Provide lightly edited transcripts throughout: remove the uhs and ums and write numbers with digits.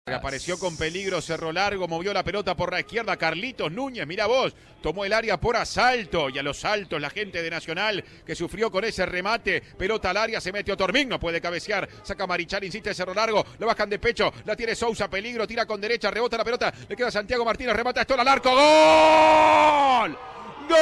Apareció con peligro, Cerro Largo, movió la pelota por la izquierda, Carlitos Núñez, mira vos, tomó el área por asalto, y a los saltos la gente de Nacional que sufrió con ese remate, pelota al área, se mete Otormín, no puede cabecear, saca Marichal, insiste Cerro Largo, lo bajan de pecho, la tiene Sousa, peligro, tira con derecha, rebota la pelota, le queda Santiago Martínez, remata esto al arco, ¡gol! ¡Gol!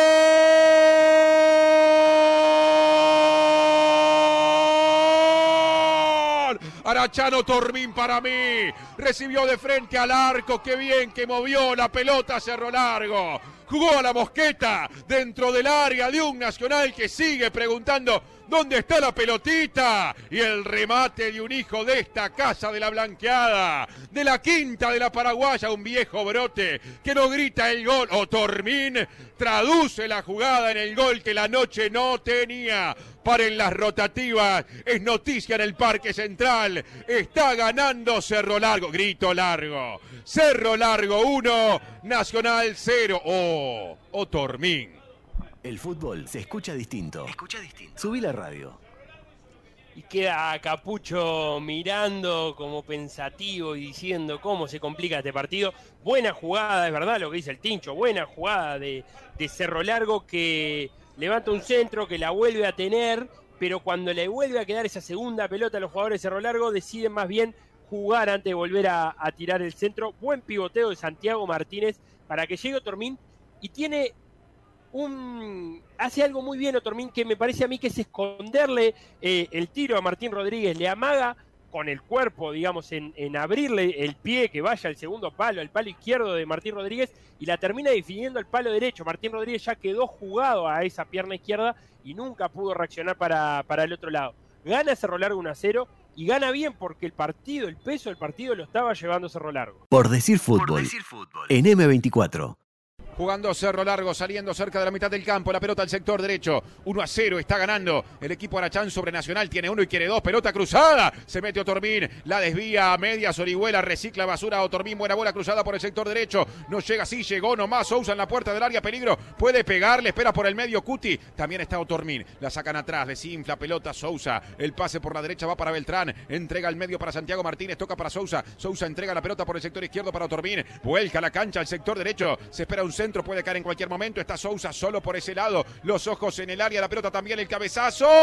Arachán Otormín para mí, recibió de frente al arco, qué bien que movió la pelota Cerro Largo, jugó a la mosqueta dentro del área de un Nacional que sigue preguntando ¿dónde está la pelotita? Y el remate de un hijo de esta casa de la blanqueada, de la quinta de la Paraguaya, un viejo brote que no grita el gol. Otormín traduce la jugada en el gol que la noche no tenía. Paren las rotativas, es noticia en el Parque Central, está ganando Cerro Largo, grito largo, Cerro Largo 1, Nacional 0, Otormín. El fútbol se escucha distinto. Subí la radio. Y queda Capucho mirando como pensativo y diciendo cómo se complica este partido. Buena jugada, es verdad lo que dice el Tincho, buena jugada de Cerro Largo que levanta un centro, que la vuelve a tener, pero cuando le vuelve a quedar esa segunda pelota a los jugadores de Cerro Largo deciden más bien jugar antes de volver a tirar el centro. Buen pivoteo de Santiago Martínez para que llegue Otormín y tiene hace algo muy bien Otormín que me parece a mí que es esconderle el tiro a Martín Rodríguez, le amaga con el cuerpo, digamos, en abrirle el pie que vaya al segundo palo, al palo izquierdo de Martín Rodríguez y la termina definiendo al palo derecho. Martín Rodríguez ya quedó jugado a esa pierna izquierda y nunca pudo reaccionar para el otro lado. Gana Cerro Largo 1-0 y gana bien porque el partido, el peso del partido lo estaba llevando Cerro Largo. Por decir fútbol. En M24. Jugando Cerro Largo, saliendo cerca de la mitad del campo, la pelota al sector derecho, 1-0, está ganando el equipo Arachán sobre Nacional, tiene uno y quiere dos, pelota cruzada, se mete Otormín, la desvía a medias, Orihuela recicla basura, Otormín, buena bola cruzada por el sector derecho, no llega, sí llegó nomás, Sousa en la puerta del área, peligro, puede pegarle, espera por el medio Cuti, también está Otormín, la sacan atrás, desinfla, pelota Sousa, el pase por la derecha va para Beltrán, entrega al medio para Santiago Martínez, toca para Sousa, Sousa entrega la pelota por el sector izquierdo para Otormín, vuelca la cancha al sector derecho, se espera un centro, puede caer en cualquier momento, está Sousa solo por ese lado, los ojos en el área, la pelota también, el cabezazo. ¡Gol!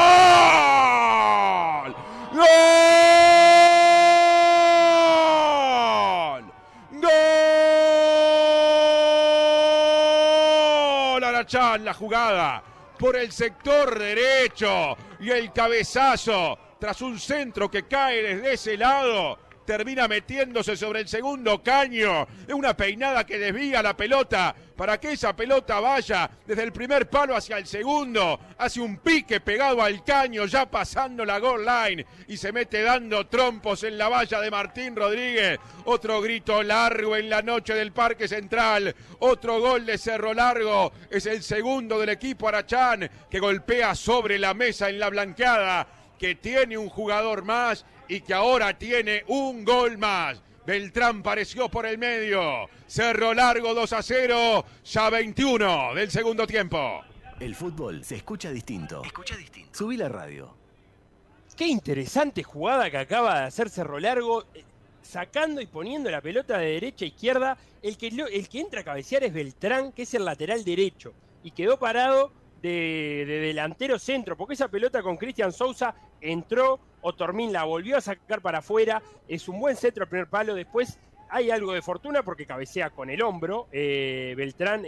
¡Gol! Arachán, la jugada por el sector derecho y el cabezazo tras un centro que cae desde ese lado. Termina metiéndose sobre el segundo caño. Es una peinada que desvía la pelota para que esa pelota vaya desde el primer palo hacia el segundo. Hace un pique pegado al caño, ya pasando la goal line. Y se mete dando trompos en la valla de Martín Rodríguez. Otro grito largo en la noche del Parque Central. Otro gol de Cerro Largo. Es el segundo del equipo Arachán que golpea sobre la mesa en la blanqueada. Que tiene un jugador más y que ahora tiene un gol más. Beltrán pareció por el medio. Cerro Largo 2-0, ya 21 del segundo tiempo. El fútbol se escucha distinto. Subí la radio. Qué interesante jugada que acaba de hacer Cerro Largo, sacando y poniendo la pelota de derecha a izquierda. El que entra a cabecear es Beltrán, que es el lateral derecho, y quedó parado de delantero centro, porque esa pelota con Cristian Sousa entró, Otormín la volvió a sacar para afuera, es un buen centro al primer palo, después hay algo de fortuna porque cabecea con el hombro Beltrán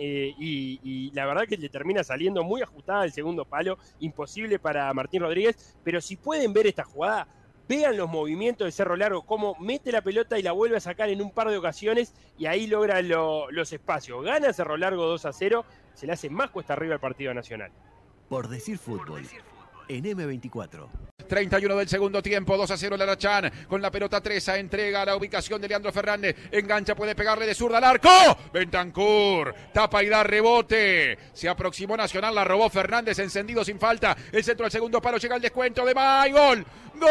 y la verdad que le termina saliendo muy ajustada el segundo palo, imposible para Martín Rodríguez, pero si pueden ver esta jugada, vean los movimientos de Cerro Largo, cómo mete la pelota y la vuelve a sacar en un par de ocasiones y ahí logra los espacios. Gana Cerro Largo 2-0, se le hace más cuesta arriba al partido Nacional. Por decir fútbol. En M24. 31 del segundo tiempo, 2-0 el Arachán, con la pelota Treza, entrega a la ubicación de Leandro Fernández, engancha, puede pegarle de zurda al arco, Bentancur, tapa y da rebote, se aproximó Nacional, la robó Fernández, encendido sin falta, el centro al segundo palo, llega el descuento de May, gol, gol,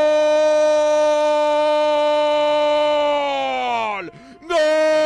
gol,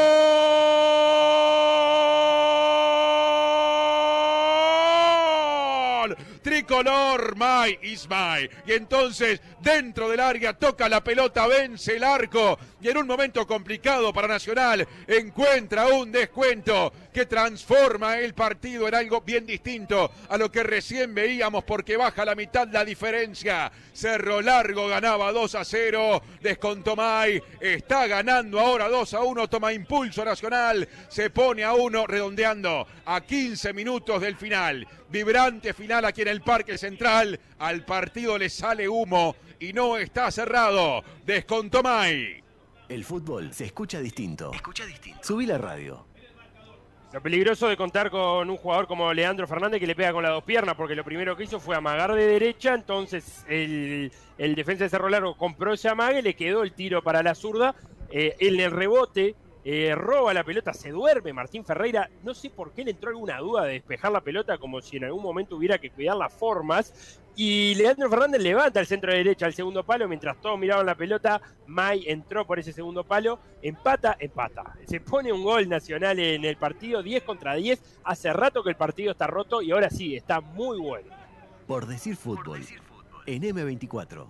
tricolor, May Ismay, y entonces dentro del área toca la pelota, vence el arco y en un momento complicado para Nacional encuentra un descuento que transforma el partido en algo bien distinto a lo que recién veíamos, porque baja la mitad la diferencia. Cerro Largo ganaba 2-0, descontó May, está ganando ahora 2-1, toma impulso Nacional, se pone a 1 redondeando a 15 minutos del final. Vibrante final aquí en el Parque Central, al partido le sale humo y no está cerrado, descontó May. El fútbol se escucha distinto. Escucha distinto. Subí la radio. Lo peligroso de contar con un jugador como Leandro Fernández que le pega con las dos piernas, porque lo primero que hizo fue amagar de derecha, entonces el defensa de Cerro Largo compró ese amague, le quedó el tiro para la zurda, en el rebote roba la pelota, se duerme Martín Ferreira, no sé por qué le entró alguna duda de despejar la pelota, como si en algún momento hubiera que cuidar las formas, y Leandro Fernández levanta el centro de derecha al segundo palo, mientras todos miraban la pelota, May entró por ese segundo palo, empata, se pone un gol Nacional en el partido, 10-10, hace rato que el partido está roto y ahora sí, está muy bueno. Por decir fútbol, en M24.